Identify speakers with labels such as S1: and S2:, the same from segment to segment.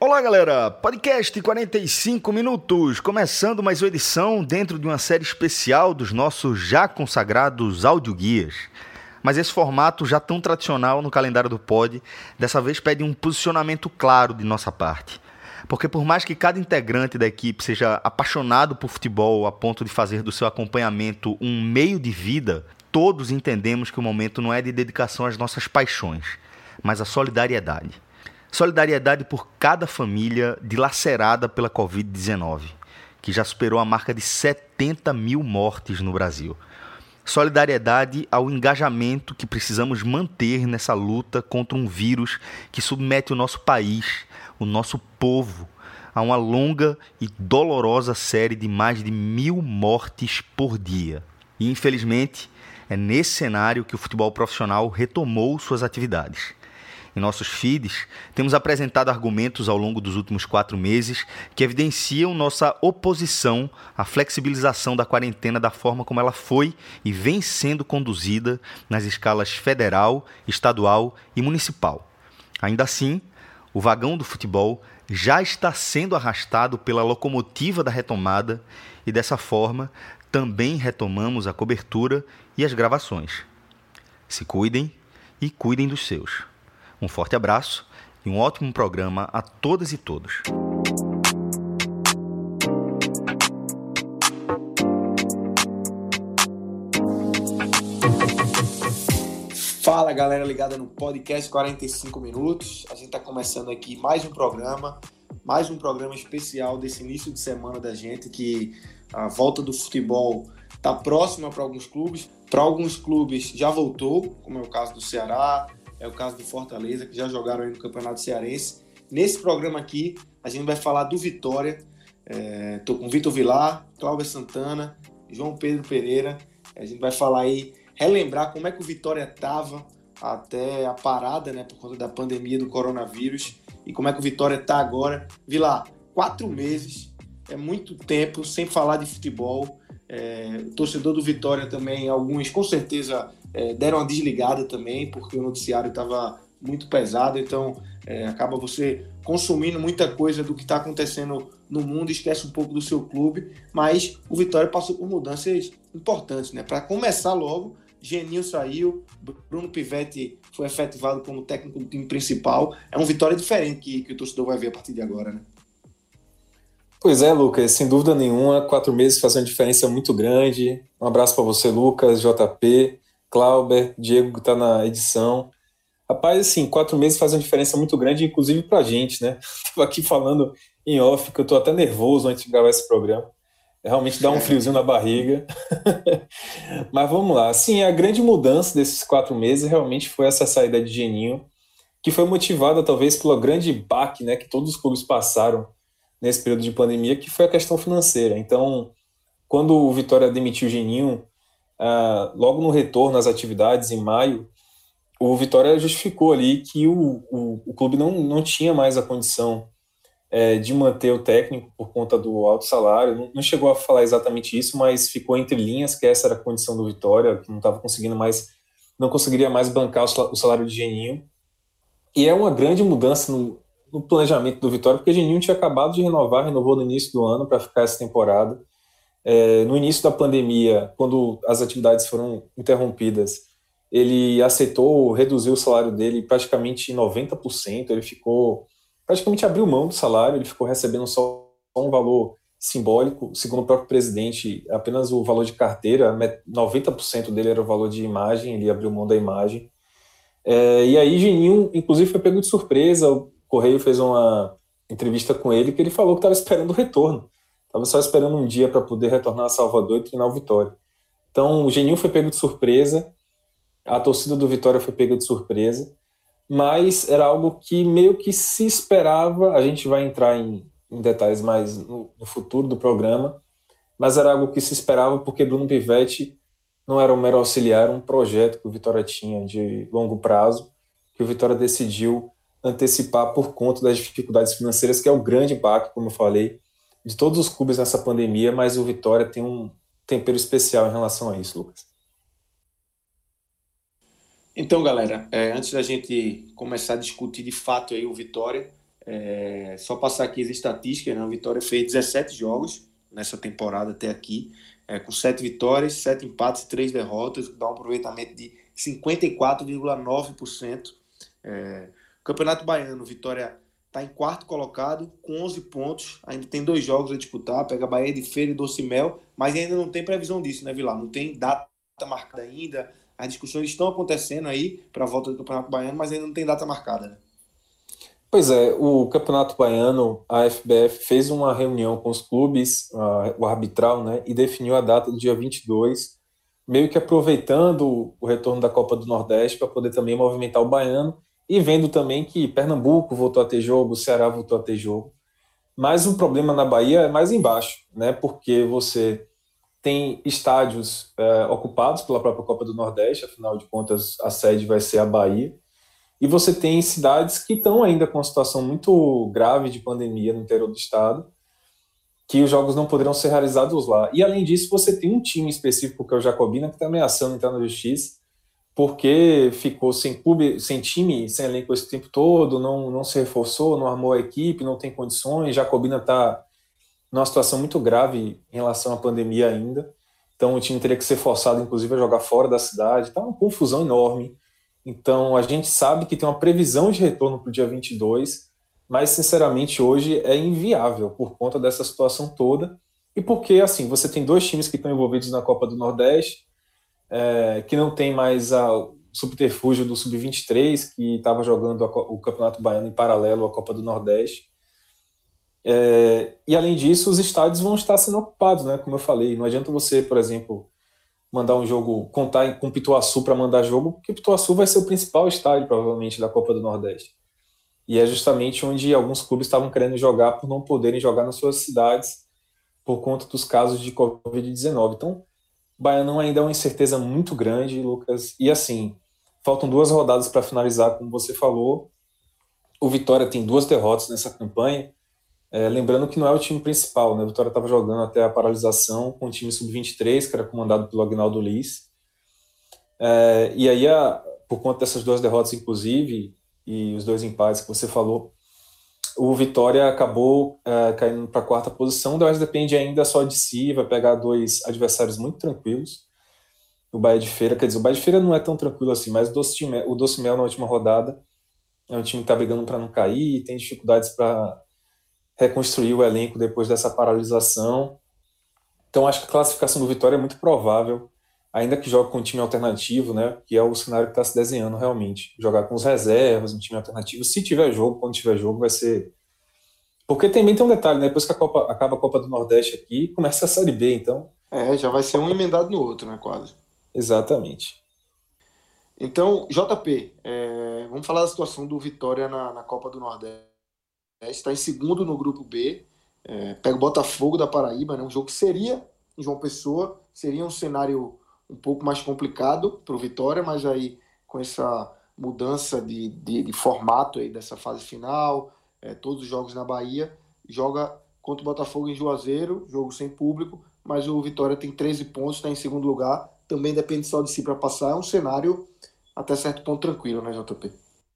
S1: Olá, galera! Podcast 45 minutos, começando mais uma edição dentro de uma série especial dos nossos já consagrados audioguias. Mas esse formato já tão tradicional no calendário do Pod, dessa vez pede um posicionamento claro de nossa parte. Porque por mais que cada integrante da equipe seja apaixonado por futebol a ponto de fazer do seu acompanhamento um meio de vida, todos entendemos que o momento não é de dedicação às nossas paixões, mas à solidariedade. Solidariedade por cada família dilacerada pela Covid-19, que já superou a marca de 70 mil mortes no Brasil. Solidariedade ao engajamento que precisamos manter nessa luta contra um vírus que submete o nosso país, o nosso povo, a uma longa e dolorosa série de mais de 1.000 mortes por dia. E, infelizmente, é nesse cenário que o futebol profissional retomou suas atividades. Em nossos feeds, temos apresentado argumentos ao longo dos últimos 4 meses que evidenciam nossa oposição à flexibilização da quarentena da forma como ela foi e vem sendo conduzida nas escalas federal, estadual e municipal. Ainda assim, o vagão do futebol já está sendo arrastado pela locomotiva da retomada e, dessa forma, também retomamos a cobertura e as gravações. Se cuidem e cuidem dos seus. Um forte abraço e um ótimo programa a todas e todos.
S2: Fala, galera ligada no podcast 45 minutos. A gente está começando aqui mais um programa especial desse início de semana da gente, que a volta do futebol está próxima para alguns clubes. Para alguns clubes já voltou, como é o caso do Ceará, é o caso do Fortaleza, que já jogaram aí no Campeonato Cearense. Nesse programa aqui, a gente vai falar do Vitória. Estou com Vitor Vilar, Cláudio Santana, João Pedro Pereira. A gente vai falar aí, relembrar como é que o Vitória estava até a parada, né, por conta da pandemia do coronavírus, e como é que o Vitória está agora. Vilar, 4 meses, é muito tempo sem falar de futebol. O torcedor do Vitória também, alguns com certeza deram uma desligada também, porque o noticiário estava muito pesado, então acaba você consumindo muita coisa do que está acontecendo no mundo, esquece um pouco do seu clube, mas o Vitória passou por mudanças importantes, né? Para começar logo, Geninho saiu, Bruno Pivetti foi efetivado como técnico do time principal. É um Vitória diferente que o torcedor vai ver a partir de agora, né?
S3: Pois é, Lucas, sem dúvida nenhuma, 4 meses faz uma diferença muito grande. Um abraço para você, Lucas, JP, Clauber, Diego, que está na edição. Rapaz, assim, 4 meses faz uma diferença muito grande, inclusive para a gente, né? Estou aqui falando em off, que eu estou até nervoso antes de gravar esse programa. Realmente dá um friozinho na barriga. Mas vamos lá. Assim, a grande mudança desses 4 meses realmente foi essa saída de Geninho, que foi motivada talvez pelo grande baque, né, que todos os clubes passaram nesse período de pandemia, que foi a questão financeira. Então, quando o Vitória demitiu o Geninho, logo no retorno às atividades, em maio, o Vitória justificou ali que o clube não tinha mais a condição de manter o técnico por conta do alto salário. Não chegou a falar exatamente isso, mas ficou entre linhas que essa era a condição do Vitória, que não conseguiria mais bancar o salário de Geninho. E é uma grande mudança no planejamento do Vitória, porque Geninho tinha acabado de renovou no início do ano para ficar essa temporada. No início da pandemia, quando as atividades foram interrompidas, ele aceitou reduzir o salário dele praticamente 90%, ele praticamente abriu mão do salário, ele ficou recebendo só um valor simbólico, segundo o próprio presidente, apenas o valor de carteira, 90% dele era o valor de imagem, ele abriu mão da imagem. E aí Geninho, inclusive, foi pego de surpresa. O Correio fez uma entrevista com ele que ele falou que estava esperando o retorno, estava só esperando um dia para poder retornar a Salvador e treinar o Vitória. Então o Geninho foi pego de surpresa, a torcida do Vitória foi pega de surpresa, mas era algo que meio que se esperava. A gente vai entrar em detalhes mais no futuro do programa, mas era algo que se esperava porque Bruno Pivetti não era um mero auxiliar, era um projeto que o Vitória tinha de longo prazo, que o Vitória decidiu antecipar por conta das dificuldades financeiras, que é o grande baque, como eu falei, de todos os clubes nessa pandemia, mas o Vitória tem um tempero especial em relação a isso, Lucas.
S2: Então, galera, antes da gente começar a discutir de fato aí o Vitória, Só passar aqui as estatísticas, né? O Vitória fez 17 jogos nessa temporada até aqui, com 7 vitórias, 7 empates e 3 derrotas, dá um aproveitamento de 54,9%. Campeonato Baiano, Vitória está em quarto colocado, com 11 pontos, ainda tem 2 jogos a disputar, pega Bahia de Feira e Docimel, mas ainda não tem previsão disso, né, Vilar? Não tem data marcada ainda, as discussões estão acontecendo aí para a volta do Campeonato Baiano, mas ainda não tem data marcada, né?
S3: Pois é, o Campeonato Baiano, a FBF fez uma reunião com os clubes, o arbitral, né, e definiu a data do dia 22, meio que aproveitando o retorno da Copa do Nordeste para poder também movimentar o Baiano e vendo também que Pernambuco voltou a ter jogo, o Ceará voltou a ter jogo. Mas o problema na Bahia é mais embaixo, né, porque você tem estádios ocupados pela própria Copa do Nordeste, afinal de contas a sede vai ser a Bahia, e você tem cidades que estão ainda com uma situação muito grave de pandemia no interior do estado, que os jogos não poderão ser realizados lá. E além disso, você tem um time específico, que é o Jacobina, que está ameaçando entrar na justiça, porque ficou sem clube, sem time, sem elenco esse tempo todo, não se reforçou, não armou a equipe, não tem condições. Jacobina está numa situação muito grave em relação à pandemia ainda. Então o time teria que ser forçado, inclusive, a jogar fora da cidade. Está uma confusão enorme. Então, a gente sabe que tem uma previsão de retorno para o dia 22, mas, sinceramente, hoje é inviável por conta dessa situação toda e porque, assim, você tem 2 times que estão envolvidos na Copa do Nordeste, que não tem mais o subterfúgio do Sub-23, que estava jogando o Campeonato Baiano em paralelo à Copa do Nordeste. E, além disso, os estádios vão estar sendo ocupados, né? Como eu falei, não adianta você, por exemplo, mandar um jogo, contar com Pituaçu para mandar jogo, porque Pituaçu vai ser o principal estádio, provavelmente, da Copa do Nordeste. E é justamente onde alguns clubes estavam querendo jogar por não poderem jogar nas suas cidades por conta dos casos de Covid-19. Então, o Baianão ainda é uma incerteza muito grande, Lucas. E assim, faltam 2 rodadas para finalizar, como você falou. O Vitória tem 2 derrotas nessa campanha. Lembrando que não é o time principal, né? O Vitória estava jogando até a paralisação com o time sub-23, que era comandado pelo Agnaldo Liz. E aí, por conta dessas 2 derrotas, inclusive, e os 2 empates que você falou, o Vitória acabou caindo para a 4ª posição, mas depende ainda só de si, vai pegar 2 adversários muito tranquilos. O Bahia de Feira, quer dizer, o Bahia de Feira não é tão tranquilo assim, mas o Docimel na última rodada é um time que está brigando para não cair, tem dificuldades para reconstruir o elenco depois dessa paralisação. Então acho que a classificação do Vitória é muito provável, ainda que jogue com um time alternativo, né, que é o cenário que está se desenhando realmente. Jogar com os reservas, um time alternativo, se tiver jogo, quando tiver jogo, vai ser... Porque também tem um detalhe, né, depois que acaba a Copa do Nordeste aqui, começa a Série B, então...
S2: Já vai ser um emendado no outro, né, quase.
S3: Exatamente.
S2: Então, JP, vamos falar da situação do Vitória na Copa do Nordeste. Está em segundo no grupo B, pega o Botafogo da Paraíba, né, um jogo que seria em João Pessoa, seria um cenário um pouco mais complicado para o Vitória, mas aí com essa mudança de formato aí dessa fase final, todos os jogos na Bahia, joga contra o Botafogo em Juazeiro, jogo sem público, mas o Vitória tem 13 pontos, está em segundo lugar, também depende só de si para passar, é um cenário até certo ponto tranquilo, né, JP?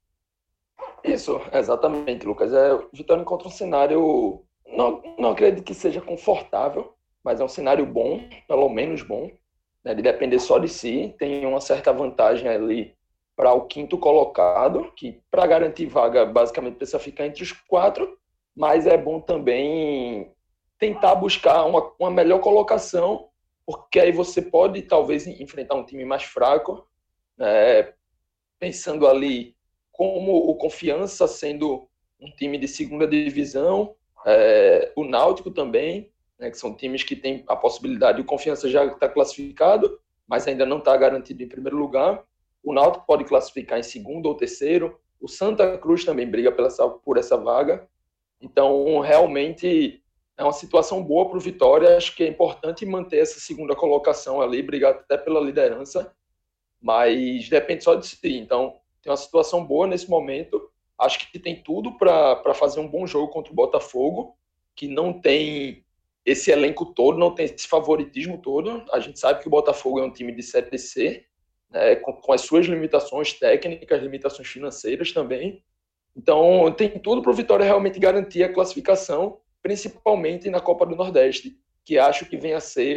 S4: Isso, exatamente, Lucas. O Vitória encontra um cenário, não acredito que seja confortável, mas é um cenário bom, pelo menos bom, né, de depender só de si. Tem uma certa vantagem ali para o 5º colocado, que para garantir vaga basicamente precisa ficar entre os 4, mas é bom também tentar buscar uma melhor colocação, porque aí você pode talvez enfrentar um time mais fraco, né, pensando ali como o Confiança sendo um time de 2ª divisão, o Náutico também, né, que são times que têm a possibilidade, o Confiança já está classificado, mas ainda não está garantido em primeiro lugar. O Náutico pode classificar em 2º ou 3º, o Santa Cruz também briga por essa vaga. Então, realmente, é uma situação boa para o Vitória. Acho que é importante manter essa 2ª colocação ali, brigar até pela liderança, mas depende só de si. Então, tem uma situação boa nesse momento. Acho que tem tudo para fazer um bom jogo contra o Botafogo, que não tem esse elenco todo, não tem esse favoritismo todo. A gente sabe que o Botafogo é um time de Série C, né, com as suas limitações técnicas, limitações financeiras também. Então, tem tudo para o Vitória realmente garantir a classificação, principalmente na Copa do Nordeste, que acho que vem a ser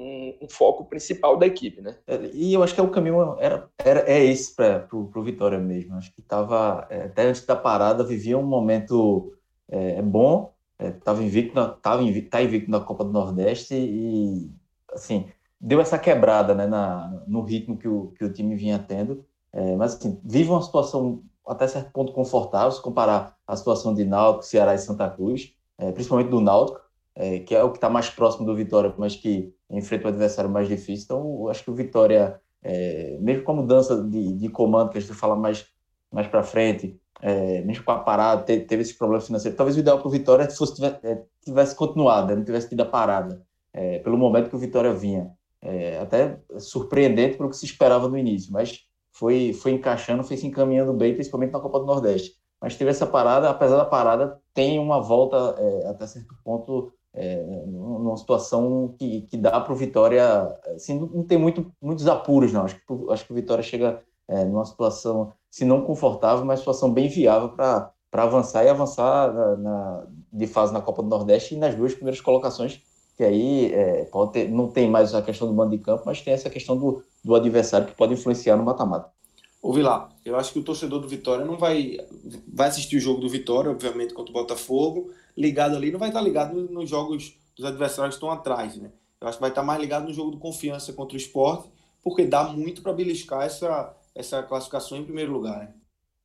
S4: um foco principal da equipe, né?
S5: E eu acho que o caminho é esse para o Vitória mesmo. Acho que estava, até antes da parada, vivia um momento bom, estava invicto, tá invicto na Copa do Nordeste e, assim, deu essa quebrada, né, no ritmo que o time vinha tendo. Mas, assim, vive uma situação até certo ponto confortável, se comparar a situação de Náutico, Ceará e Santa Cruz, principalmente do Náutico, que é o que está mais próximo do Vitória, mas que enfrenta o adversário mais difícil. Então, eu acho que o Vitória, mesmo com a mudança de comando, que a gente vai falar mais para frente, mesmo com a parada, teve esse problema financeiro. Talvez o ideal para o Vitória é se tivesse continuado, não tivesse tido a parada, pelo momento que o Vitória vinha. Até surpreendente pelo que se esperava no início, mas foi encaixando, foi se encaminhando bem, principalmente na Copa do Nordeste. Mas teve essa parada, apesar da parada, tem uma volta até certo ponto, numa situação que dá para o Vitória, assim, não tem muitos apuros, não. Acho que o Vitória chega numa situação, se não confortável, mas situação bem viável para avançar e avançar de fase na Copa do Nordeste e nas duas primeiras colocações, que aí não tem mais a questão do mando de campo, mas tem essa questão do adversário que pode influenciar no mata-mata.
S2: Ô Vilar, eu acho que o torcedor do Vitória não vai assistir o jogo do Vitória, obviamente, contra o Botafogo, ligado ali, não vai estar ligado nos jogos dos adversários que estão atrás, né? Eu acho que vai estar mais ligado no jogo do Confiança contra o Sport, porque dá muito para beliscar essa classificação em primeiro lugar, né?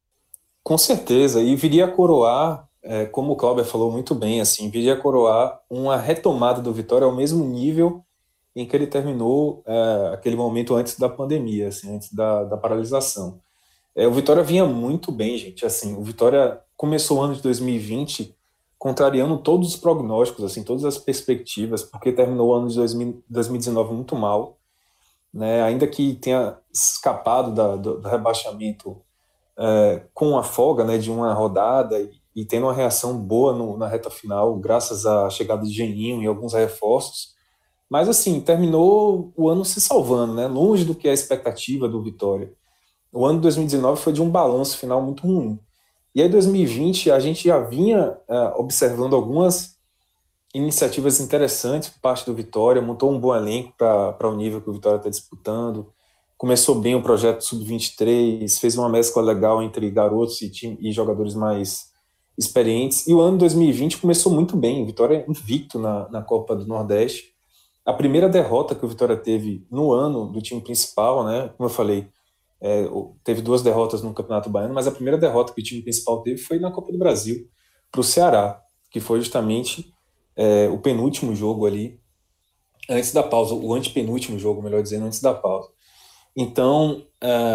S3: Com certeza, e viria a coroar, como o Cláudio falou muito bem, assim, viria a coroar uma retomada do Vitória ao mesmo nível em que ele terminou aquele momento antes da pandemia, assim, antes da paralisação. O Vitória vinha muito bem, gente. Assim, o Vitória começou o ano de 2020 contrariando todos os prognósticos, assim, todas as perspectivas, porque terminou o ano de 2019 muito mal, né? Ainda que tenha escapado do rebaixamento com a folga, né, de uma rodada e tendo uma reação boa na reta final, graças à chegada de Geninho e alguns reforços. Mas, assim, terminou o ano se salvando, né? Longe do que é a expectativa do Vitória. O ano de 2019 foi de um balanço final muito ruim. E aí, 2020, a gente já vinha observando algumas iniciativas interessantes por parte do Vitória, montou um bom elenco para o nível que o Vitória está disputando. Começou bem o projeto Sub-23, fez uma mescla legal entre garotos e jogadores mais experientes. E o ano de 2020 começou muito bem. O Vitória invicto na Copa do Nordeste. A primeira derrota que o Vitória teve no ano do time principal, né? Como eu falei, teve 2 derrotas no Campeonato Baiano, mas a primeira derrota que o time principal teve foi na Copa do Brasil, para o Ceará, que foi justamente o penúltimo jogo ali, antes da pausa, o antepenúltimo jogo, melhor dizendo, antes da pausa. Então,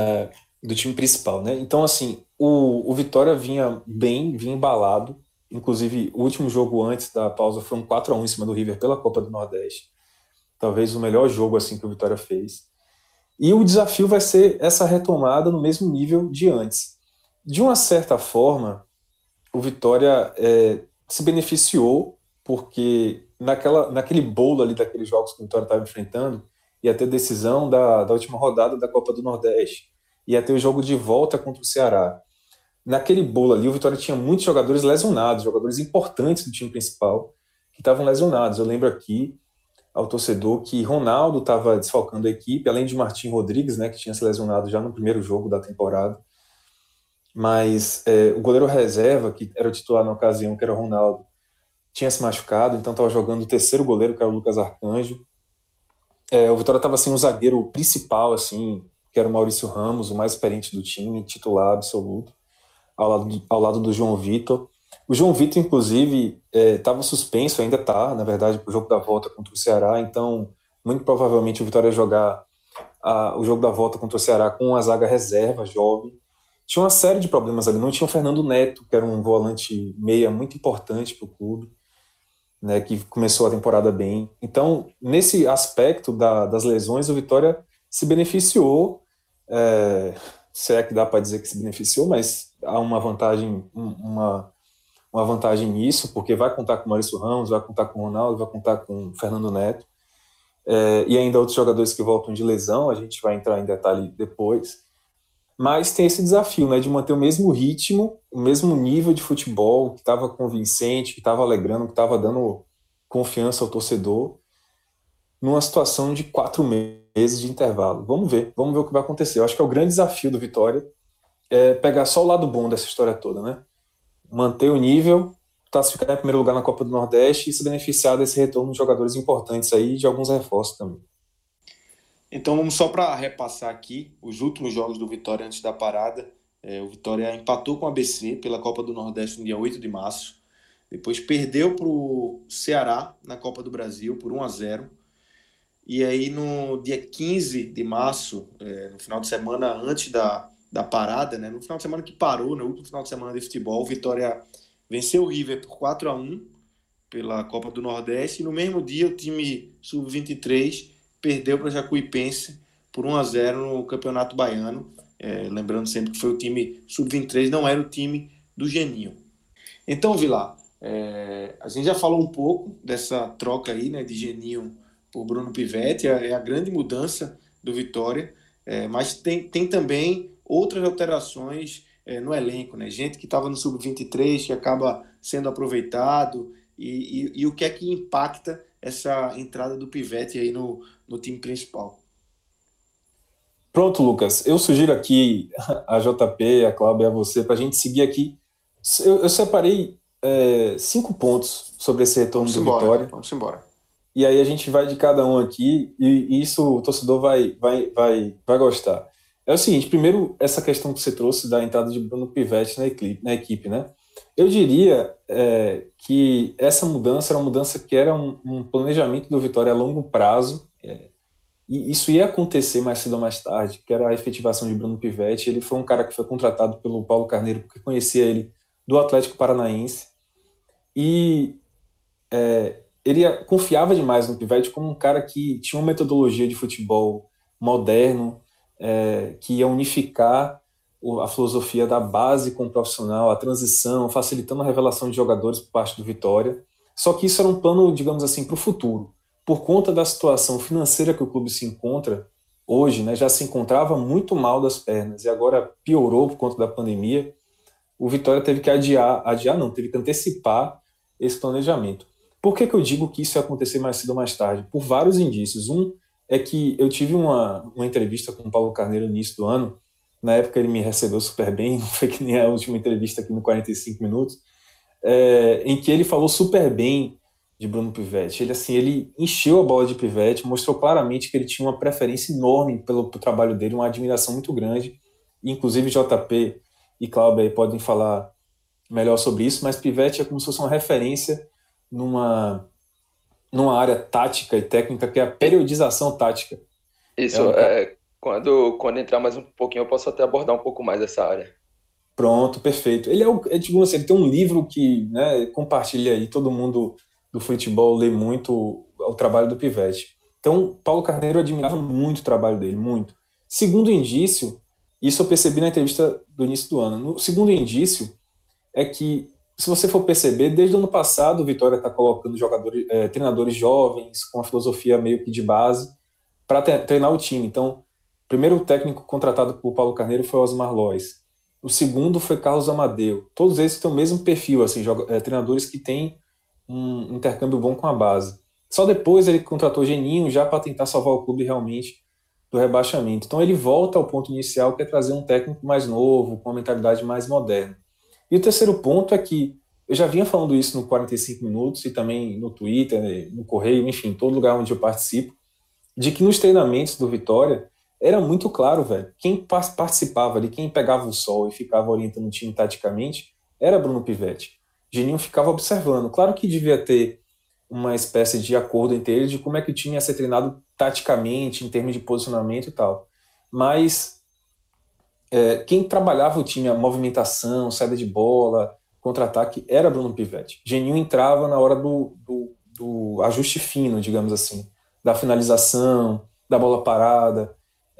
S3: do time principal, né? Então, assim, o Vitória vinha bem, vinha embalado. Inclusive, o último jogo antes da pausa foi um 4-1 em cima do River pela Copa do Nordeste. Talvez o melhor jogo assim que o Vitória fez. E o desafio vai ser essa retomada no mesmo nível de antes. De uma certa forma, o Vitória se beneficiou, porque naquele bolo ali daqueles jogos que o Vitória estava enfrentando, ia ter decisão da última rodada da Copa do Nordeste, ia ter o jogo de volta contra o Ceará. Naquele bolo ali, o Vitória tinha muitos jogadores lesionados, jogadores importantes do time principal, que estavam lesionados. Eu lembro aqui ao torcedor que Ronaldo estava desfalcando a equipe, além de Martim Rodrigues, né, que tinha se lesionado já no primeiro jogo da temporada. Mas o goleiro reserva, que era o titular na ocasião, que era o Ronaldo, tinha se machucado, então estava jogando o terceiro goleiro, que era o Lucas Arcanjo. O Vitória estava sem um zagueiro principal, assim, que era o Maurício Ramos, o mais experiente do time, titular absoluto, ao lado do João Vitor. O João Vitor, inclusive, estava suspenso, ainda está, na verdade, para o jogo da volta contra o Ceará, então, muito provavelmente, o Vitória ia jogar o jogo da volta contra o Ceará com a zaga reserva, jovem. Tinha uma série de problemas ali, não tinha o Fernando Neto, que era um volante meia muito importante para o clube, né, que começou a temporada bem. Então, nesse aspecto das lesões, o Vitória se beneficiou, se é que dá para dizer que se beneficiou, mas há uma vantagem nisso, porque vai contar com o Maurício Ramos, vai contar com o Ronaldo, vai contar com o Fernando Neto, e ainda outros jogadores que voltam de lesão, a gente vai entrar em detalhe depois. mas tem esse desafio, né, de manter o mesmo ritmo, o mesmo nível de futebol que estava convincente, que estava alegrando, que estava dando confiança ao torcedor, numa situação de 4 meses de intervalo. Vamos ver o que vai acontecer. Eu acho que é o grande desafio do Vitória, é pegar só o lado bom dessa história toda, né? Manter o nível, classificar em primeiro lugar na Copa do Nordeste e se beneficiar desse retorno de jogadores importantes aí e de alguns reforços também.
S2: Então vamos só para repassar aqui os últimos jogos do Vitória antes da parada. O Vitória empatou com o ABC pela Copa do Nordeste no dia 8 de março. Depois perdeu para o Ceará na Copa do Brasil por 1-0. E aí no dia 15 de março, no final de semana antes da parada, né, no final de semana que parou, no último final de semana de futebol, o Vitória venceu o River por 4-1 pela Copa do Nordeste. E no mesmo dia o time sub-23 perdeu para Jacuipense por 1-0 no Campeonato Baiano. Lembrando sempre que foi o time sub-23, não era o time do Geninho. Então, Vilar, a gente já falou um pouco dessa troca aí, né, de Geninho por Bruno Pivetti, é a grande mudança do Vitória, mas tem também outras alterações no elenco, né? Gente que estava no sub-23 que acaba sendo aproveitado, e o que é que impacta essa entrada do Pivetti aí no time principal.
S3: Pronto, Lucas. Eu sugiro aqui a JP, a Cláudia e a você para a gente seguir aqui. Eu separei 5 pontos sobre esse retorno do Vitória.
S2: Vamos embora.
S3: E aí a gente vai de cada um aqui e isso o torcedor vai gostar. É o seguinte, primeiro, essa questão que você trouxe da entrada de Bruno Pivetti na equipe, né? Eu diria que essa mudança era uma mudança que era um planejamento do Vitória a longo prazo, e isso ia acontecer mais cedo ou mais tarde, que era a efetivação de Bruno Pivetti. Ele foi um cara que foi contratado pelo Paulo Carneiro, porque conhecia ele do Atlético Paranaense, e ele confiava demais no Pivetti como um cara que tinha uma metodologia de futebol moderno, que ia unificar a filosofia da base com o profissional, a transição, facilitando a revelação de jogadores por parte do Vitória. Só que isso era um plano, digamos assim, para o futuro. Por conta da situação financeira que o clube se encontra hoje, né, já se encontrava muito mal das pernas e agora piorou por conta da pandemia, o Vitória teve que teve que antecipar esse planejamento. Por que eu digo que isso ia acontecer mais cedo ou mais tarde? Por vários indícios. Um é que eu tive uma entrevista com o Paulo Carneiro no início do ano. Na época ele me recebeu super bem, não foi que nem a última entrevista aqui no 45 minutos, em que ele falou super bem de Bruno Pivetti. Ele encheu a bola de Pivetti, mostrou claramente que ele tinha uma preferência enorme pelo trabalho dele, uma admiração muito grande. Inclusive JP e Cláudia podem falar melhor sobre isso, mas Pivetti é como se fosse uma referência numa área tática e técnica, que é a periodização tática.
S4: Isso, quando entrar mais um pouquinho, eu posso até abordar um pouco mais essa área.
S3: Pronto, perfeito. Ele ele tem um livro que, né, compartilha aí, todo mundo do futebol lê muito o trabalho do Pivetti. Então, Paulo Carneiro admirava muito o trabalho dele, muito. Segundo indício, isso eu percebi na entrevista do início do ano. No segundo indício é que, se você for perceber, desde o ano passado o Vitória está colocando treinadores jovens com a filosofia meio que de base para treinar o time. Então, o primeiro técnico contratado por Paulo Carneiro foi Osmar Lois. O segundo foi Carlos Amadeu. Todos eles têm o mesmo perfil, assim, treinadores que têm um intercâmbio bom com a base. Só depois ele contratou Geninho já para tentar salvar o clube realmente do rebaixamento. Então ele volta ao ponto inicial, que é trazer um técnico mais novo, com uma mentalidade mais moderna. E o terceiro ponto é que eu já vinha falando isso no 45 minutos e também no Twitter, no Correio, enfim, em todo lugar onde eu participo, de que nos treinamentos do Vitória era muito claro, velho, quem participava ali, quem pegava o sol e ficava orientando o time taticamente era Bruno Pivetti. Geninho ficava observando. Claro que devia ter uma espécie de acordo entre eles de como é que o time ia ser treinado taticamente, em termos de posicionamento e tal. Mas quem trabalhava o time, a movimentação, saída de bola, contra-ataque, era Bruno Pivetti. Geninho entrava na hora do ajuste fino, digamos assim, da finalização, da bola parada,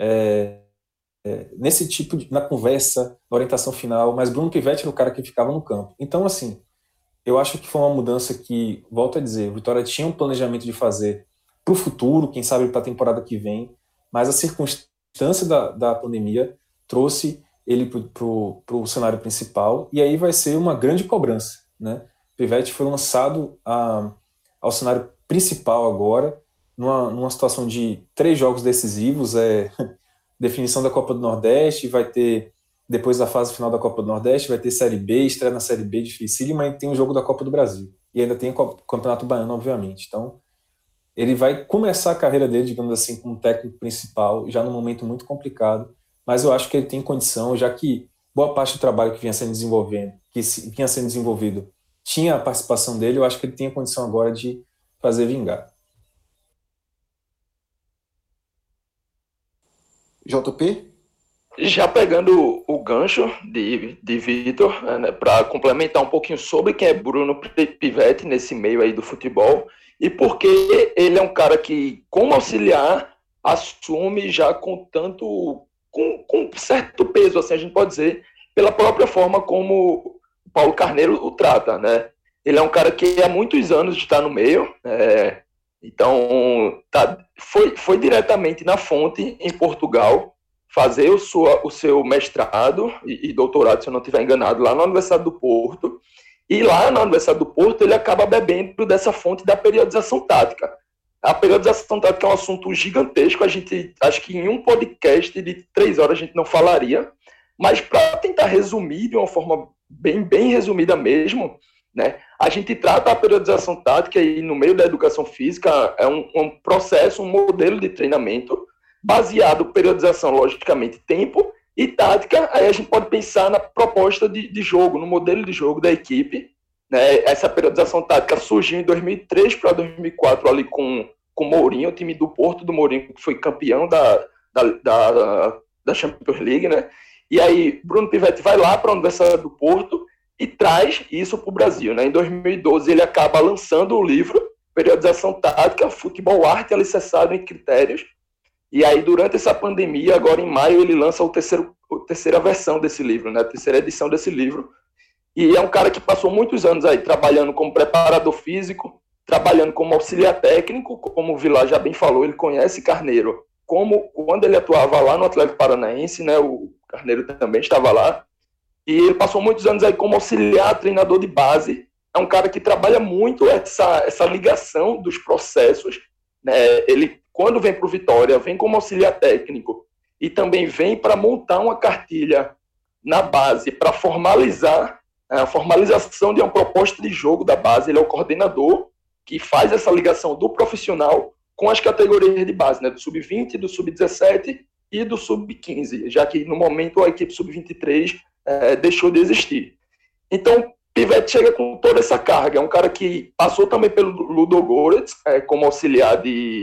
S3: nesse tipo na conversa, na orientação final, mas Bruno Pivetti era o cara que ficava no campo. Então, assim, eu acho que foi uma mudança que, volto a dizer, o Vitória tinha um planejamento de fazer para o futuro, quem sabe para a temporada que vem, mas a circunstância da pandemia trouxe ele para o cenário principal, e aí vai ser uma grande cobrança, né? Pivete foi lançado ao cenário principal agora, numa situação de 3 jogos decisivos, definição da Copa do Nordeste, vai ter, depois da fase final da Copa do Nordeste, vai ter Série B, estreia na Série B difícil, mas tem o jogo da Copa do Brasil, e ainda tem o Campeonato Baiano, obviamente. Então, ele vai começar a carreira dele, digamos assim, como técnico principal, já num momento muito complicado, mas eu acho que ele tem condição, já que boa parte do trabalho que vinha sendo desenvolvido tinha a participação dele, eu acho que ele tem a condição agora de fazer vingar.
S2: JP?
S4: Já pegando o gancho de Vitor, né, para complementar um pouquinho sobre quem é Bruno Pivetti nesse meio aí do futebol, e porque ele é um cara que, como auxiliar, assume já com certo peso, assim a gente pode dizer, pela própria forma como o Paulo Carneiro o trata, né? Ele é um cara que há muitos anos está no meio, então foi diretamente na fonte em Portugal fazer o seu mestrado e doutorado, se eu não estiver enganado, lá na Universidade do Porto. E lá na Universidade do Porto ele acaba bebendo dessa fonte da periodização tática. A periodização tática é um assunto gigantesco, acho que em um podcast de 3 horas a gente não falaria, mas para tentar resumir de uma forma bem resumida mesmo, né, a gente trata a periodização tática e no meio da educação física é um processo, um modelo de treinamento baseado em periodização, logicamente, tempo, e tática. Aí a gente pode pensar na proposta de jogo, no modelo de jogo da equipe, né? Essa periodização tática surgiu em 2003 para 2004 ali com o Mourinho, o time do Porto do Mourinho, que foi campeão da Champions League, né? E aí Bruno Pivetti vai lá para a Universidade do Porto e traz isso para o Brasil, né? Em 2012 ele acaba lançando o livro Periodização Tática, Futebol Arte Alicerçado em Critérios. E aí, durante essa pandemia, agora em maio, ele lança a terceira versão desse livro, né? A terceira edição desse livro. E é um cara que passou muitos anos aí trabalhando como preparador físico, trabalhando como auxiliar técnico, como o Vilar já bem falou, ele conhece Carneiro, como quando ele atuava lá no Atlético Paranaense, né? O Carneiro também estava lá. E ele passou muitos anos aí como auxiliar, treinador de base. É um cara que trabalha muito essa ligação dos processos, né? Ele, quando vem para o Vitória, vem como auxiliar técnico e também vem para montar uma cartilha na base, para formalizar a formalização de uma proposta de jogo da base. Ele é o coordenador que faz essa ligação do profissional com as categorias de base, né? Do sub-20, do sub-17 e do sub-15, já que no momento a equipe sub-23 deixou de existir. Então, Pivetti chega com toda essa carga. É um cara que passou também pelo Ludogorets como auxiliar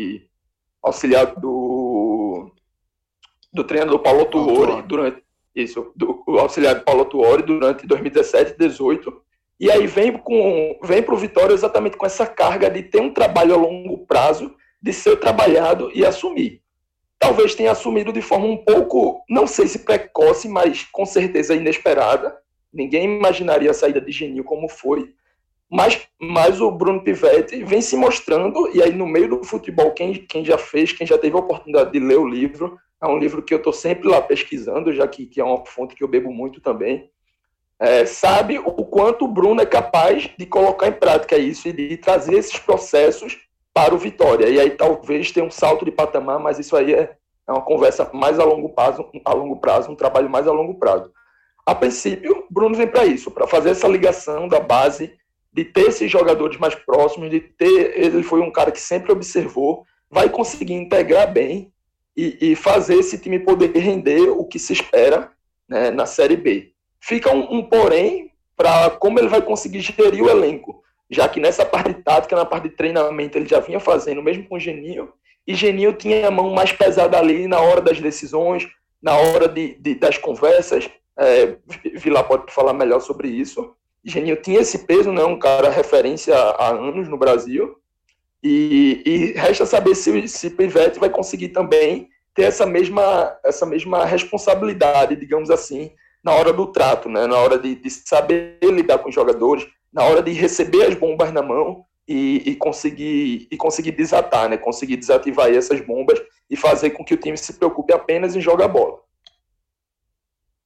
S4: do treinador Paulo Tuori o auxiliar de Paulo Tuori durante 2017 e 2018, e aí vem para o Vitória exatamente com essa carga de ter um trabalho a longo prazo, de ser trabalhado e assumir. Talvez tenha assumido de forma um pouco, não sei se precoce, mas com certeza inesperada. Ninguém imaginaria a saída de Geninho como foi, mas o Bruno Pivetti vem se mostrando, e aí no meio do futebol, quem já teve a oportunidade de ler o livro, é um livro que eu estou sempre lá pesquisando, já que é uma fonte que eu bebo muito também, sabe o quanto o Bruno é capaz de colocar em prática isso e de trazer esses processos para o Vitória. E aí talvez tenha um salto de patamar, mas isso aí é uma conversa mais a longo prazo, um trabalho mais a longo prazo. A princípio, Bruno vem para isso, para fazer essa ligação da base, de ter esses jogadores mais próximos, ele foi um cara que sempre observou, vai conseguir integrar bem e fazer esse time poder render o que se espera, né, na Série B. Fica um porém para como ele vai conseguir gerir o elenco, já que nessa parte tática, na parte de treinamento, ele já vinha fazendo, mesmo com o Geninho, e Geninho tinha a mão mais pesada ali na hora das decisões, na hora das conversas. Vilar pode falar melhor sobre isso. Geninho tinha esse peso, né? Um cara referência há anos no Brasil, e resta saber se Pivetti vai conseguir também ter essa mesma responsabilidade, digamos assim, na hora do trato, né? Na hora de saber lidar com os jogadores, na hora de receber as bombas na mão e conseguir desatar, né? Conseguir desativar aí essas bombas e fazer com que o time se preocupe apenas em jogar bola.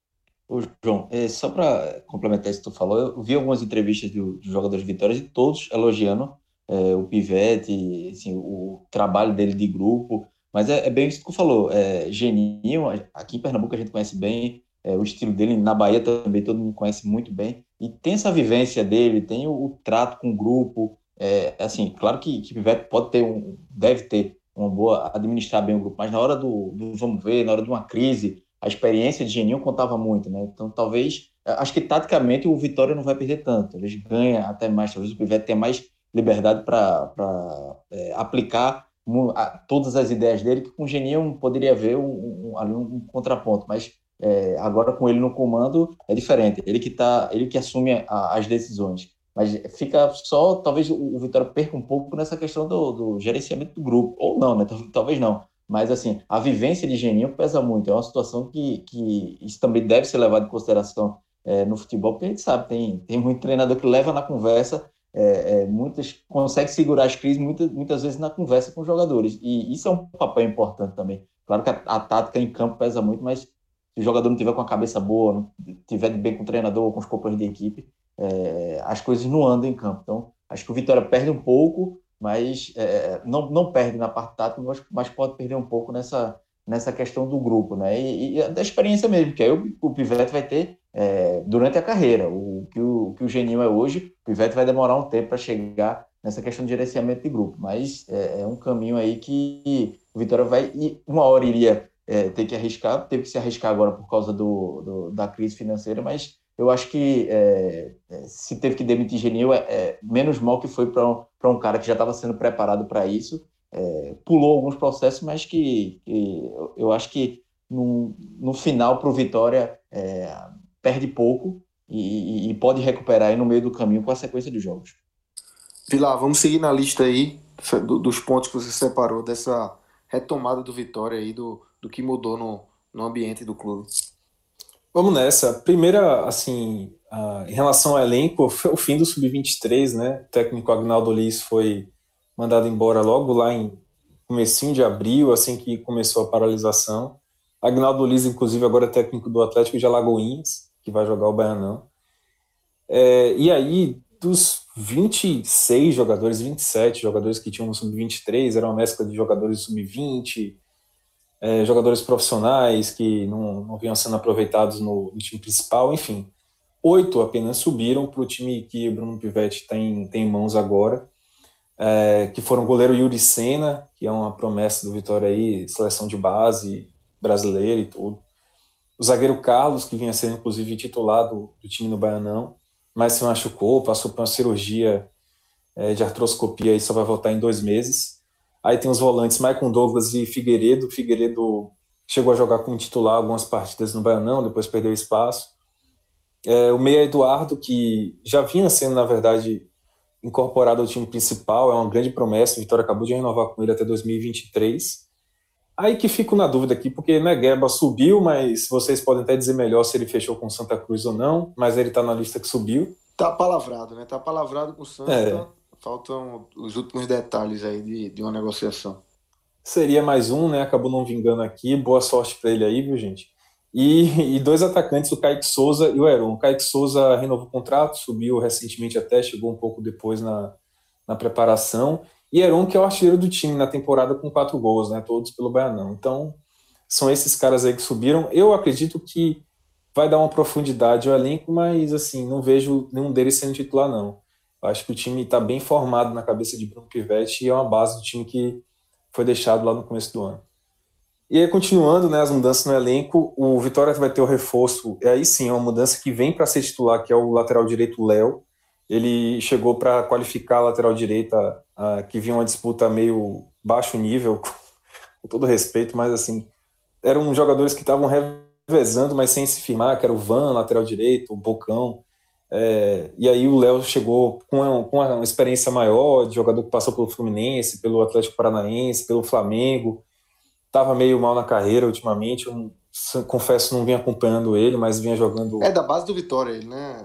S5: Ô, João, só para complementar isso que tu falou, eu vi algumas entrevistas dos jogadores de Vitória e todos elogiando o Pivete, assim, o trabalho dele de grupo, mas é bem isso que tu falou, Geninho, aqui em Pernambuco a gente conhece bem, o estilo dele, na Bahia também todo mundo conhece muito bem, e tem essa vivência dele, tem o trato com o grupo, assim, claro que Pivete deve ter uma boa, administrar bem o grupo, mas na hora do vamos ver, na hora de uma crise, a experiência de Geninho contava muito, né? Então, talvez, acho que taticamente o Vitória não vai perder tanto, talvez ganha até mais, talvez o Pivete tenha mais liberdade para aplicar todas as ideias dele, que com o Geninho poderia haver ali um contraponto, mas agora com ele no comando é diferente, ele que assume as decisões. Mas fica só, talvez o Vitória perca um pouco nessa questão do gerenciamento do grupo, ou não, né? Talvez não. Mas, assim, a vivência de Geninho pesa muito. É uma situação que isso também deve ser levado em consideração no futebol, porque a gente sabe, tem muito treinador que leva na conversa, consegue segurar as crises muitas vezes na conversa com os jogadores. E isso é um papel importante também. Claro que a tática em campo pesa muito, mas se o jogador não tiver com a cabeça boa, não tiver bem com o treinador, com os companheiros de equipe, as coisas não andam em campo. Então, acho que o Vitória perde um pouco, mas não perde na parte tática, mas pode perder um pouco nessa questão do grupo, né? E da experiência mesmo, que aí o Pivete vai ter durante a carreira. O que o Geninho é hoje, o Pivete vai demorar um tempo para chegar nessa questão de gerenciamento de grupo, mas é um caminho aí que o Vitória vai, e uma hora iria ter que arriscar, teve que se arriscar agora por causa da crise financeira, mas eu acho que se teve que demitir Geninho, menos mal que foi para um cara que já estava sendo preparado para isso, pulou alguns processos, mas que eu acho que no final para o Vitória perde pouco e pode recuperar aí no meio do caminho com a sequência de jogos.
S2: Vilar, vamos seguir na lista aí dos pontos que você separou dessa retomada do Vitória aí, do que mudou no ambiente do clube.
S3: Vamos nessa. Primeira, assim, em relação ao elenco, foi o fim do Sub-23, né? O técnico Agnaldo Liz foi mandado embora logo lá em comecinho de abril, assim que começou a paralisação. Agnaldo Liz, inclusive, agora é técnico do Atlético de Alagoinhas, que vai jogar o Baianão. E aí, dos 26 jogadores, 27 jogadores que tinham no Sub-23, era uma mescla de jogadores Sub-20, jogadores profissionais que não vinham sendo aproveitados no time principal, enfim. 8 apenas subiram para o time que o Bruno Pivete tem em mãos agora, que foram o goleiro Yuri Senna, que é uma promessa do Vitória aí, seleção de base brasileira e tudo. O zagueiro Carlos, que vinha sendo inclusive titular do time no Baianão, mas se machucou, passou por uma cirurgia de artroscopia e só vai voltar em 2 meses. Aí tem os volantes Maicon Douglas e Figueiredo. Figueiredo chegou a jogar como titular algumas partidas no Baianão, depois perdeu espaço. O meia Eduardo, que já vinha sendo, na verdade, incorporado ao time principal, é uma grande promessa. O Vitória acabou de renovar com ele até 2023. Aí que fico na dúvida aqui, porque Negueba subiu, mas vocês podem até dizer melhor se ele fechou com Santa Cruz ou não, mas ele está na lista que subiu.
S2: Tá palavrado, né? Tá palavrado com o Santa. Faltam os últimos detalhes aí de uma negociação.
S3: Seria mais um, né? Acabou não vingando aqui. Boa sorte para ele aí, viu, gente? E 2 atacantes, o Kaique Souza e o Heron. O Kaique Souza renovou o contrato, subiu recentemente até, chegou um pouco depois na preparação. E Heron, que é o artilheiro do time na temporada com 4 gols, né? Todos pelo Baianão. Então, são esses caras aí que subiram. Eu acredito que vai dar uma profundidade ao elenco, mas assim, não vejo nenhum deles sendo titular, não. Acho que o time está bem formado na cabeça de Bruno Pivete e é uma base do time que foi deixado lá no começo do ano. E aí, continuando, né, as mudanças no elenco, o Vitória vai ter o reforço, e aí sim, é uma mudança que vem para ser titular, que é o lateral direito Léo. Ele chegou para qualificar a lateral direita, que vinha uma disputa meio baixo nível, com todo respeito, mas assim, eram jogadores que estavam revezando, mas sem se firmar, que era o Van, lateral direito, o Bocão. E aí o Léo chegou com uma experiência maior, de jogador que passou pelo Fluminense, pelo Atlético Paranaense, pelo Flamengo. Estava meio mal na carreira ultimamente, eu confesso não vinha acompanhando ele, mas vinha jogando...
S2: da base do Vitória ele, né?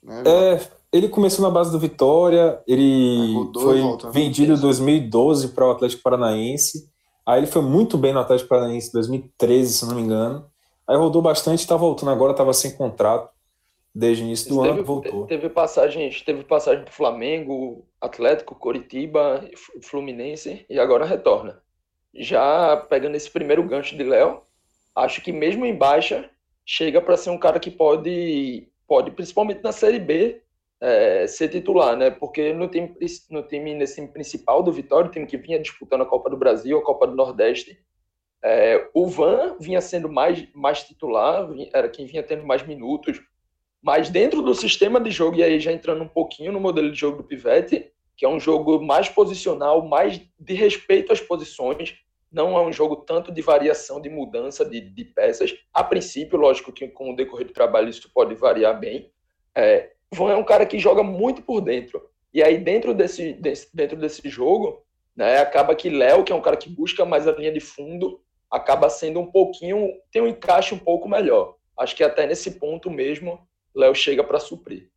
S3: Ele começou na base do Vitória, ele foi vendido em 2012 para o Atlético Paranaense, aí ele foi muito bem no Atlético Paranaense em 2013, se não me engano. Aí rodou bastante, está voltando agora, estava sem contrato desde o início do ano, voltou.
S4: Teve passagens para Flamengo, Atlético, Coritiba, Fluminense e agora retorna. Já pegando esse primeiro gancho de Léo, acho que mesmo em baixa, chega para ser um cara que pode, principalmente na Série B, ser titular, né? Porque nesse time principal do Vitória, o time que vinha disputando a Copa do Brasil, a Copa do Nordeste, o Van vinha sendo mais titular, era quem vinha tendo mais minutos, mas dentro do sistema de jogo, e aí já entrando um pouquinho no modelo de jogo do Pivete, que é um jogo mais posicional, mais de respeito às posições, não é um jogo tanto de variação, de mudança de peças. A princípio, lógico que com o decorrer do trabalho isso pode variar bem. Van é um cara que joga muito por dentro. E aí dentro desse jogo, né, acaba que Léo, que é um cara que busca mais a linha de fundo, acaba sendo tem um encaixe um pouco melhor. Acho que até nesse ponto mesmo, Léo chega para suprir.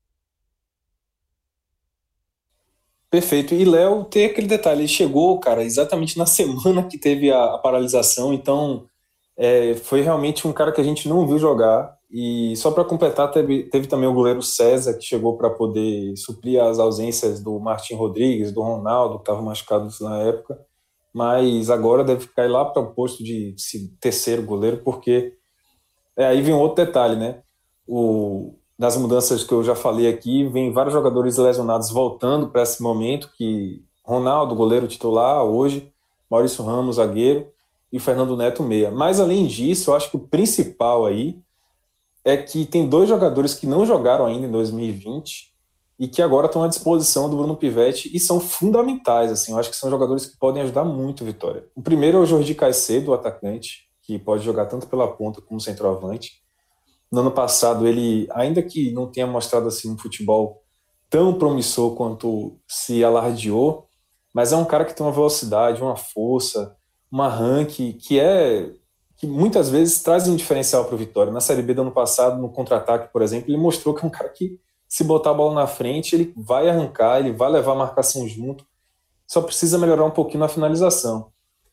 S3: Perfeito. E Léo tem aquele detalhe, ele chegou, cara, exatamente na semana que teve a paralisação, então foi realmente um cara que a gente não viu jogar. E só para completar, teve também o goleiro César, que chegou para poder suprir as ausências do Martim Rodrigues, do Ronaldo, que estavam machucados na época, mas agora deve cair lá para o posto de terceiro goleiro, porque aí vem um outro detalhe, né? Das mudanças que eu já falei aqui, vem vários jogadores lesionados voltando para esse momento, que Ronaldo, goleiro titular hoje, Maurício Ramos, zagueiro, e Fernando Neto, meia. Mas, além disso, eu acho que o principal aí é que tem 2 jogadores que não jogaram ainda em 2020 e que agora estão à disposição do Bruno Pivete e são fundamentais, assim, eu acho que são jogadores que podem ajudar muito a Vitória. O primeiro é o Jordi Caicedo, o atacante, que pode jogar tanto pela ponta como centroavante. No ano passado, ele, ainda que não tenha mostrado assim, um futebol tão promissor quanto se alardeou, mas é um cara que tem uma velocidade, uma força, um arranque que muitas vezes traz um diferencial para o Vitória. Na Série B do ano passado, no contra-ataque, por exemplo, ele mostrou que é um cara que, se botar a bola na frente, ele vai arrancar, ele vai levar a marcação junto, só precisa melhorar um pouquinho na finalização.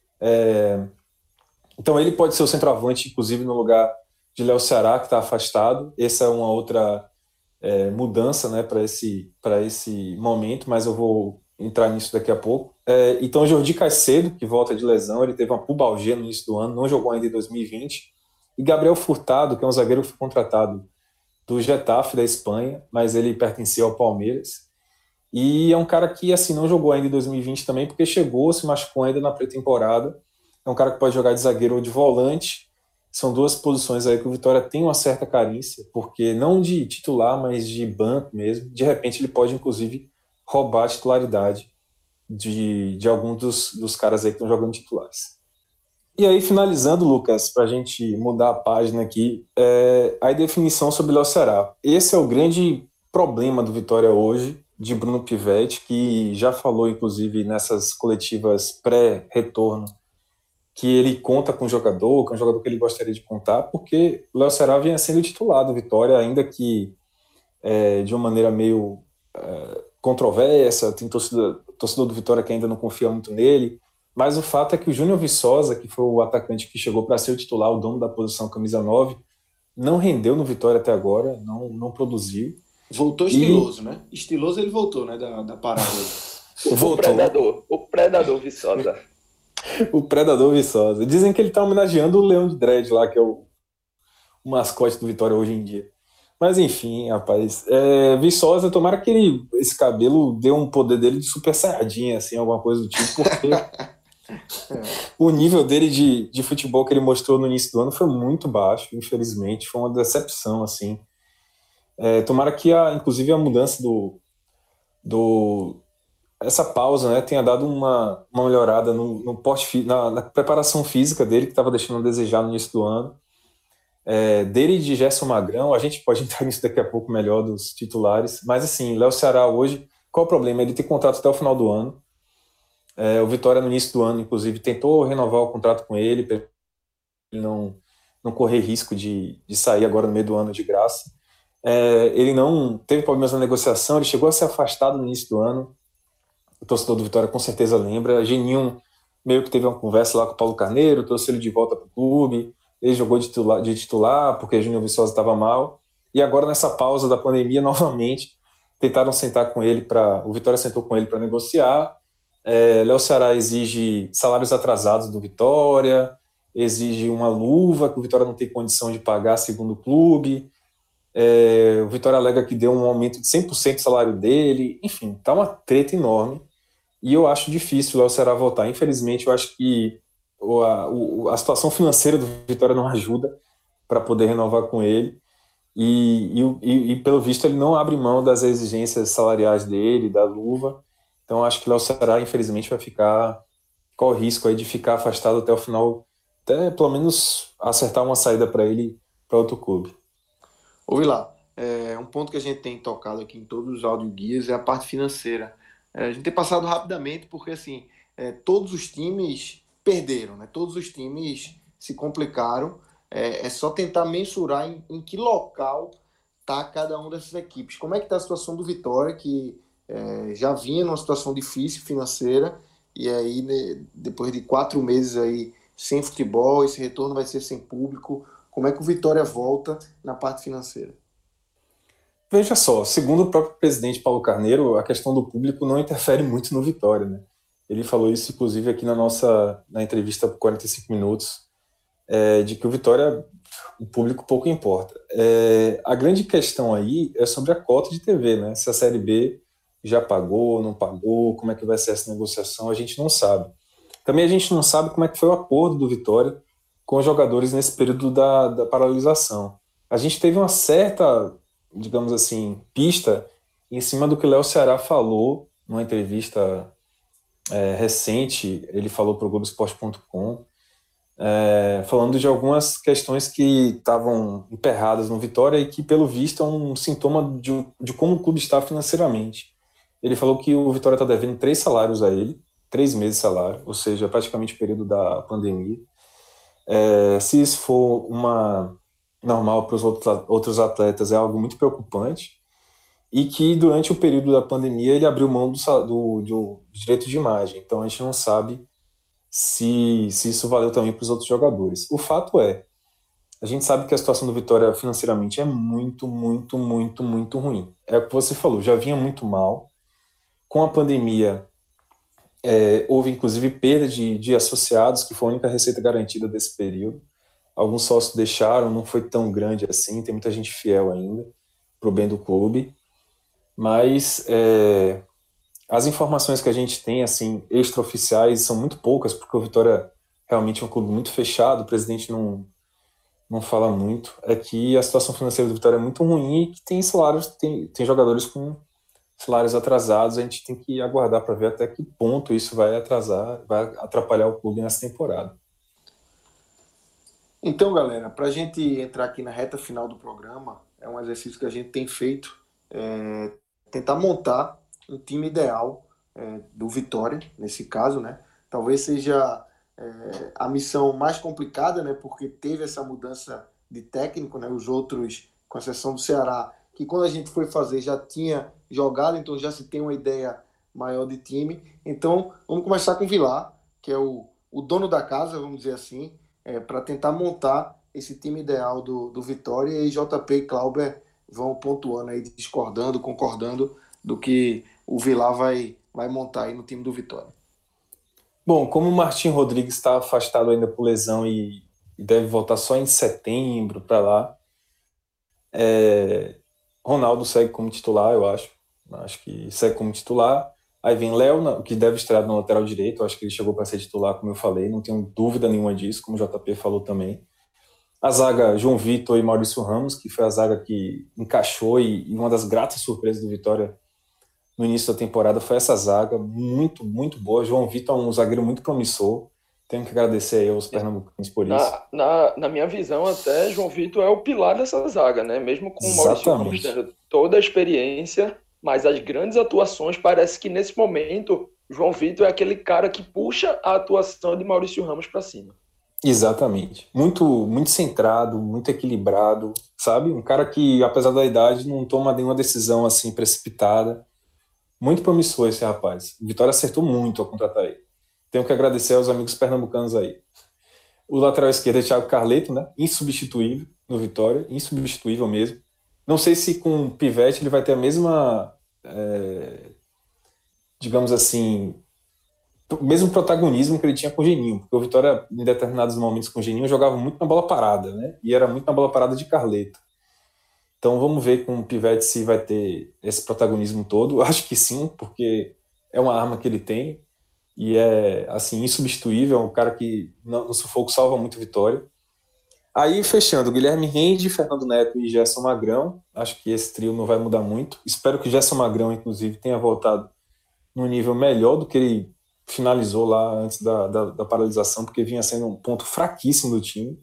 S3: Então ele pode ser o centroavante, inclusive no lugar de Léo Ceará, que está afastado. Essa é uma outra mudança, né, para esse momento, mas eu vou entrar nisso daqui a pouco. Então o Jordi Caicedo, que volta de lesão, ele teve uma pubalgia no início do ano, não jogou ainda em 2020. E Gabriel Furtado, que é um zagueiro que foi contratado do Getafe da Espanha, mas ele pertencia ao Palmeiras. E é um cara que assim, não jogou ainda em 2020 também, porque chegou, se machucou ainda na pré-temporada. É um cara que pode jogar de zagueiro ou de volante. São 2 posições aí que o Vitória tem uma certa carência, porque não de titular, mas de banco mesmo. De repente ele pode, inclusive, roubar a titularidade de alguns dos caras aí que estão jogando titulares. E aí, finalizando, Lucas, para a gente mudar a página aqui, a definição sobre o Léo Ceará. Esse é o grande problema do Vitória hoje, de Bruno Pivete, que já falou, inclusive, nessas coletivas pré-retorno, que ele conta com o jogador, que é um jogador que ele gostaria de contar, porque o Léo Ceará vinha sendo titular do Vitória, ainda que de uma maneira meio controversa, tem torcedor do Vitória que ainda não confia muito nele, mas o fato é que o Júnior Viçosa, que foi o atacante que chegou para ser o titular, o dono da posição camisa 9, não rendeu no Vitória até agora, não produziu.
S2: Voltou estiloso, né? Estiloso ele voltou, né, da parada.
S4: O predador Viçosa.
S3: O Predador Viçosa. Dizem que ele tá homenageando o Leão de Dredd lá, que é o mascote do Vitória hoje em dia. Mas enfim, rapaz. Viçosa, tomara que esse cabelo dê um poder dele de super saiyajin, assim, alguma coisa do tipo, porque o nível dele de futebol que ele mostrou no início do ano foi muito baixo, infelizmente. Foi uma decepção, assim. Tomara que, inclusive, a mudança essa pausa, né, tenha dado uma melhorada no na preparação física dele, que estava deixando a desejar no início do ano. Dele e de Gerson Magrão, a gente pode entrar nisso daqui a pouco melhor dos titulares, mas assim, Léo Ceará hoje, qual o problema? Ele tem contrato até o final do ano. O Vitória no início do ano, inclusive, tentou renovar o contrato com ele, para ele não correr risco de sair agora no meio do ano de graça. Ele não teve problemas na negociação, ele chegou a ser afastado no início do ano. O torcedor do Vitória com certeza lembra. Geninho meio que teve uma conversa lá com o Paulo Carneiro, trouxe ele de volta para o clube, ele jogou de titular porque Júnior Viçosa estava mal, e agora nessa pausa da pandemia, novamente, tentaram sentar com ele o Vitória sentou com ele para negociar. Léo Ceará exige salários atrasados do Vitória, exige uma luva que o Vitória não tem condição de pagar segundo o clube, o Vitória alega que deu um aumento de 100% do salário dele, enfim, tá uma treta enorme, e eu acho difícil o Léo Ceará voltar. Infelizmente, eu acho que a situação financeira do Vitória não ajuda para poder renovar com ele, e pelo visto ele não abre mão das exigências salariais dele, da luva. Então acho que o Léo Ceará infelizmente corre o risco aí de ficar afastado até o final, até pelo menos acertar uma saída para ele para outro clube.
S2: Ouve lá, um ponto que a gente tem tocado aqui em todos os audioguias é a parte financeira. A gente tem passado rapidamente porque assim, todos os times perderam, né? Todos os times se complicaram. É só tentar mensurar em que local está cada uma dessas equipes. Como é que está a situação do Vitória, que já vinha numa situação difícil financeira, e aí, né, depois de 4 meses aí sem futebol, esse retorno vai ser sem público. Como é que o Vitória volta na parte financeira?
S3: Veja só, segundo o próprio presidente Paulo Carneiro, a questão do público não interfere muito no Vitória, né? Ele falou isso, inclusive, aqui na entrevista por 45 minutos, de que o Vitória, o público pouco importa. A grande questão aí é sobre a cota de TV, né? Se a Série B já pagou, não pagou, como é que vai ser essa negociação, a gente não sabe. Também a gente não sabe como é que foi o acordo do Vitória com os jogadores nesse período da paralisação. A gente teve uma certa, digamos assim, pista em cima do que o Léo Ceará falou numa entrevista recente. Ele falou para o Globoesporte.com, falando de algumas questões que estavam emperradas no Vitória e que, pelo visto, é um sintoma de como o clube está financeiramente. Ele falou que o Vitória está devendo 3 salários a ele, 3 meses de salário, ou seja, praticamente o período da pandemia. Se isso for normal para os outros atletas, é algo muito preocupante, e que durante o período da pandemia ele abriu mão do direito de imagem. Então a gente não sabe se isso valeu também para os outros jogadores. O fato a gente sabe que a situação do Vitória financeiramente é muito, muito, muito, muito ruim. É o que você falou, já vinha muito mal. Com a pandemia, houve inclusive perda de associados, que foi a única receita garantida desse período. Alguns sócios deixaram, não foi tão grande assim, tem muita gente fiel ainda para o bem do clube. Mas as informações que a gente tem, assim, extraoficiais, são muito poucas, porque o Vitória realmente é um clube muito fechado, o presidente não fala muito. É que a situação financeira do Vitória é muito ruim e que tem salários, tem jogadores com salários atrasados. A gente tem que aguardar para ver até que ponto isso vai atrapalhar o clube nessa temporada.
S2: Então, galera, para a gente entrar aqui na reta final do programa, é um exercício que a gente tem feito, tentar montar um time ideal do Vitória, nesse caso, né? Talvez seja a missão mais complicada, né? Porque teve essa mudança de técnico, né? Os outros, com exceção do Ceará, que quando a gente foi fazer já tinha jogado, então já se tem uma ideia maior de time. Então, vamos começar com o Vilar, que é o dono da casa, vamos dizer assim, para tentar montar esse time ideal do Vitória, e JP e Clauber vão pontuando aí, discordando, concordando do que o Vilar vai montar aí no time do Vitória.
S3: Bom, como o Martim Rodrigues está afastado ainda por lesão e deve voltar só em setembro para lá, Ronaldo segue como titular, eu acho. Acho que segue como titular. Aí vem Léo, que deve estrear no lateral direito. Eu acho que ele chegou para ser titular, como eu falei. Não tenho dúvida nenhuma disso, como o JP falou também. A zaga, João Vitor e Maurício Ramos, que foi a zaga que encaixou, e uma das gratas surpresas do Vitória no início da temporada foi essa zaga, muito, muito boa. João Vitor é um zagueiro muito promissor. Tenho que agradecer aí aos pernambucanos por isso.
S4: Na minha visão, até João Vitor é o pilar dessa zaga, né? Mesmo com o Maurício Ramos tendo toda a experiência, mas as grandes atuações, parece que nesse momento João Vitor é aquele cara que puxa a atuação de Maurício Ramos para cima.
S3: Exatamente. Muito, muito centrado, muito equilibrado, sabe? Um cara que, apesar da idade, não toma nenhuma decisão assim precipitada. Muito promissor esse rapaz. O Vitória acertou muito ao contratar ele. Tenho que agradecer aos amigos pernambucanos aí. O lateral esquerdo é Thiago Carleto, né? Insubstituível no Vitória, insubstituível mesmo. Não sei se com o Pivete ele vai ter a mesma, digamos assim, o mesmo protagonismo que ele tinha com o Geninho, porque o Vitória, em determinados momentos com o Geninho, jogava muito na bola parada, né? E era muito na bola parada de Carleto. Então vamos ver com o Pivete se vai ter esse protagonismo todo. Eu acho que sim, porque é uma arma que ele tem e é assim insubstituível, é um cara que no sufoco salva muito Vitória. Aí fechando, Guilherme Rende, Fernando Neto e Gerson Magrão. Acho que esse trio não vai mudar muito. Espero que Gerson Magrão, inclusive, tenha voltado num nível melhor do que ele finalizou lá antes da paralisação, porque vinha sendo um ponto fraquíssimo do time.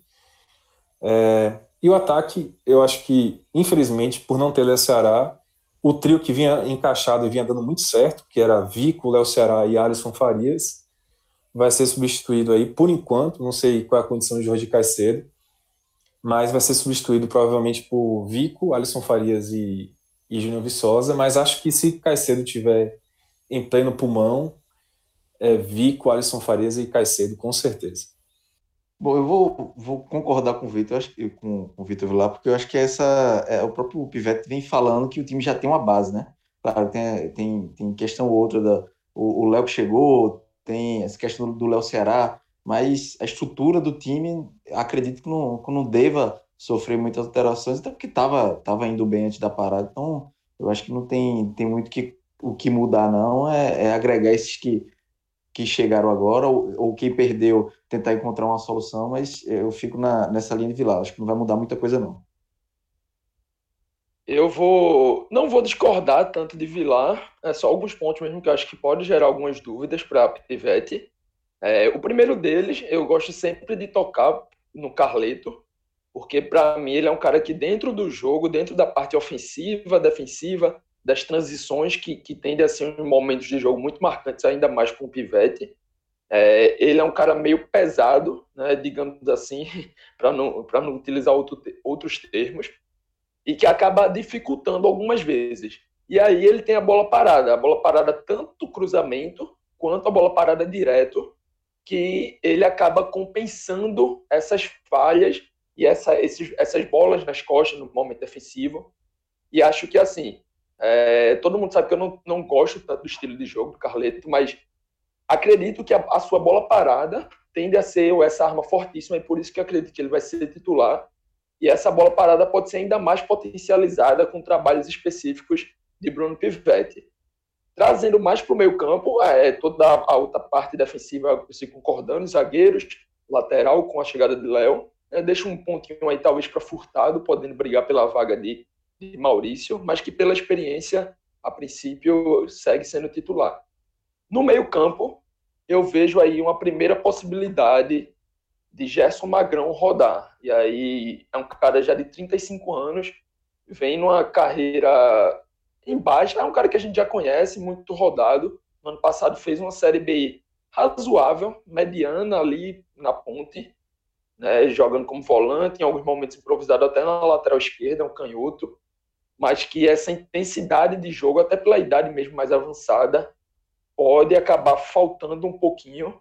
S3: E o ataque, eu acho que, infelizmente, por não ter Léo Ceará, o trio que vinha encaixado e vinha dando muito certo, que era Vico, Léo Ceará e Alisson Farias, vai ser substituído aí, por enquanto, não sei qual é a condição de Jorge Caicedo, mas vai ser substituído provavelmente por Vico, Alisson Farias e Júnior Viçosa, mas acho que se Caicedo tiver em pleno pulmão, é Vico, Alisson Farias e Caicedo, com certeza.
S5: Bom, eu vou concordar com o Vitor, com o Vitor Vilar, porque eu acho que o próprio Pivete vem falando que o time já tem uma base, né? Claro, tem questão ou outra, o Léo que chegou, tem essa questão do Léo Ceará, mas a estrutura do time, acredito que não deva sofrer muitas alterações, até porque estava indo bem antes da parada, então eu acho que não tem muito o que mudar, não, é agregar esses que chegaram agora, ou quem perdeu, tentar encontrar uma solução, mas eu fico nessa linha de Vilar, acho que não vai mudar muita coisa, não.
S4: Não vou discordar tanto de Vilar, é só alguns pontos mesmo que eu acho que pode gerar algumas dúvidas para Pivete. O primeiro deles, eu gosto sempre de tocar no Carleto, porque para mim ele é um cara que dentro do jogo, dentro da parte ofensiva, defensiva, das transições que tende a ser momentos de jogo muito marcantes, ainda mais com o Pivete. Ele é um cara meio pesado, né, digamos assim, para não utilizar outros termos, e que acaba dificultando algumas vezes. E aí ele tem a bola parada tanto cruzamento quanto a bola parada direto, que ele acaba compensando essas falhas e essas bolas nas costas no momento defensivo. E acho que, assim, todo mundo sabe que eu não gosto tanto do estilo de jogo do Carleto, mas acredito que a sua bola parada tende a ser essa arma fortíssima, e por isso que eu acredito que ele vai ser titular. E essa bola parada pode ser ainda mais potencializada com trabalhos específicos de Bruno Pivete. Trazendo mais para o meio campo, toda a outra parte defensiva, se concordando, zagueiros, lateral com a chegada de Léo. Deixa um pontinho aí talvez para Furtado, podendo brigar pela vaga de Maurício, mas que pela experiência, a princípio, segue sendo titular. No meio campo, eu vejo aí uma primeira possibilidade de Gerson Magrão rodar. E aí é um cara já de 35 anos, vem numa carreira em baixa, é um cara que a gente já conhece, muito rodado. No ano passado fez uma Série B razoável, mediana ali na ponte, né, jogando como volante, em alguns momentos improvisado até na lateral esquerda, um canhoto, mas que essa intensidade de jogo, até pela idade mesmo mais avançada, pode acabar faltando um pouquinho,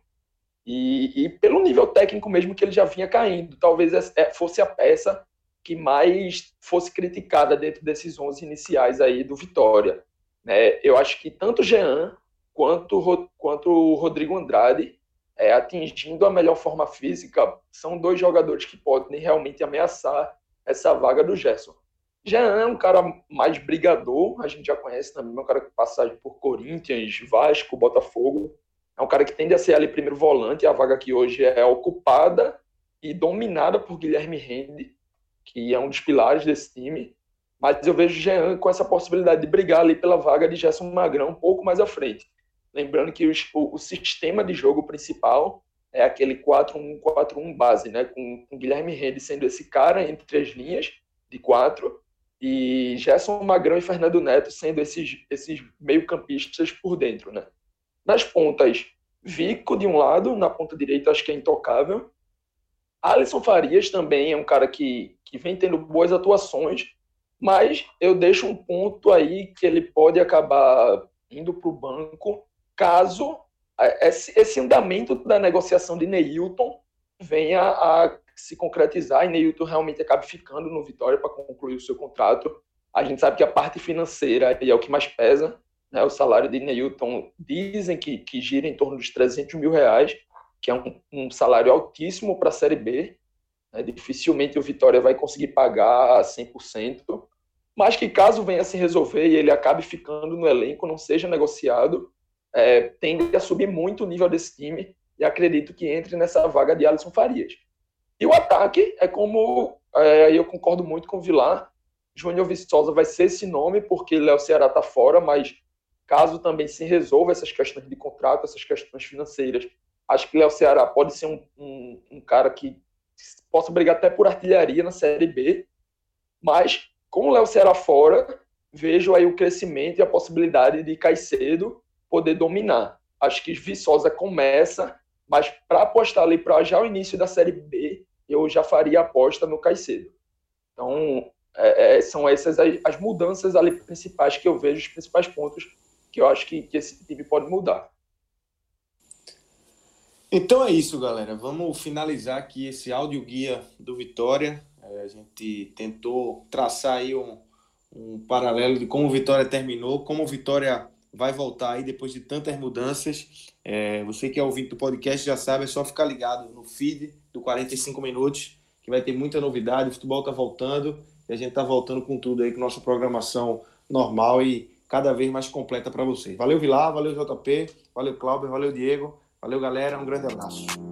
S4: e pelo nível técnico mesmo que ele já vinha caindo. Talvez fosse a peça que mais fosse criticada dentro desses 11 iniciais aí do Vitória. Eu acho que tanto o Jean quanto o Rodrigo Andrade, atingindo a melhor forma física, são dois jogadores que podem realmente ameaçar essa vaga do Gerson. Jean é um cara mais brigador, a gente já conhece também, é um cara que passagem por Corinthians, Vasco, Botafogo. É um cara que tende a ser ali primeiro volante, a vaga que hoje é ocupada e dominada por Guilherme Rende, que é um dos pilares desse time. Mas eu vejo o Jean com essa possibilidade de brigar ali pela vaga de Gerson Magrão um pouco mais à frente. Lembrando que o sistema de jogo principal é aquele 4-1-4-1 base, né? Com Guilherme Rende sendo esse cara entre as linhas de 4 e Gerson Magrão e Fernando Neto sendo esses meio-campistas por dentro, né? Nas pontas, Vico de um lado, na ponta direita acho que é intocável. Alisson Farias também é um cara que vem tendo boas atuações, mas eu deixo um ponto aí que ele pode acabar indo para o banco caso esse andamento da negociação de Neilton venha a se concretizar e Neilton realmente acabe ficando no Vitória para concluir o seu contrato. A gente sabe que a parte financeira é o que mais pesa, né? O salário de Neilton dizem que gira em torno dos R$300 mil, que é um salário altíssimo para a Série B. Né? Dificilmente o Vitória vai conseguir pagar 100%, mas que caso venha a se resolver e ele acabe ficando no elenco, não seja negociado, tende a subir muito o nível desse time e acredito que entre nessa vaga de Alisson Farias. E o ataque é como, eu concordo muito com o Vilar, Júnior Viçosa vai ser esse nome porque Léo Ceará está fora, mas caso também se resolva essas questões de contrato, essas questões financeiras, acho que Léo Ceará pode ser um cara que possa brigar até por artilharia na Série B, mas com o Léo Ceará fora, vejo aí o crescimento e a possibilidade de Caicedo poder dominar. Acho que Viçosa começa, mas para apostar ali para já o início da Série B, eu já faria a aposta no Caicedo. Então, são essas as mudanças ali principais que eu vejo, os principais pontos que eu acho que esse time pode mudar.
S2: Então é isso, galera. Vamos finalizar aqui esse áudio guia do Vitória. A gente tentou traçar aí um paralelo de como o Vitória terminou, como o Vitória vai voltar aí depois de tantas mudanças. Você que é ouvinte do podcast já sabe, é só ficar ligado no feed do 45 Minutos, que vai ter muita novidade. O futebol está voltando e a gente está voltando com tudo aí, com nossa programação normal e cada vez mais completa para vocês. Valeu, Vilar, valeu, JP, valeu, Cláudio, valeu, Diego, valeu, galera, um grande abraço.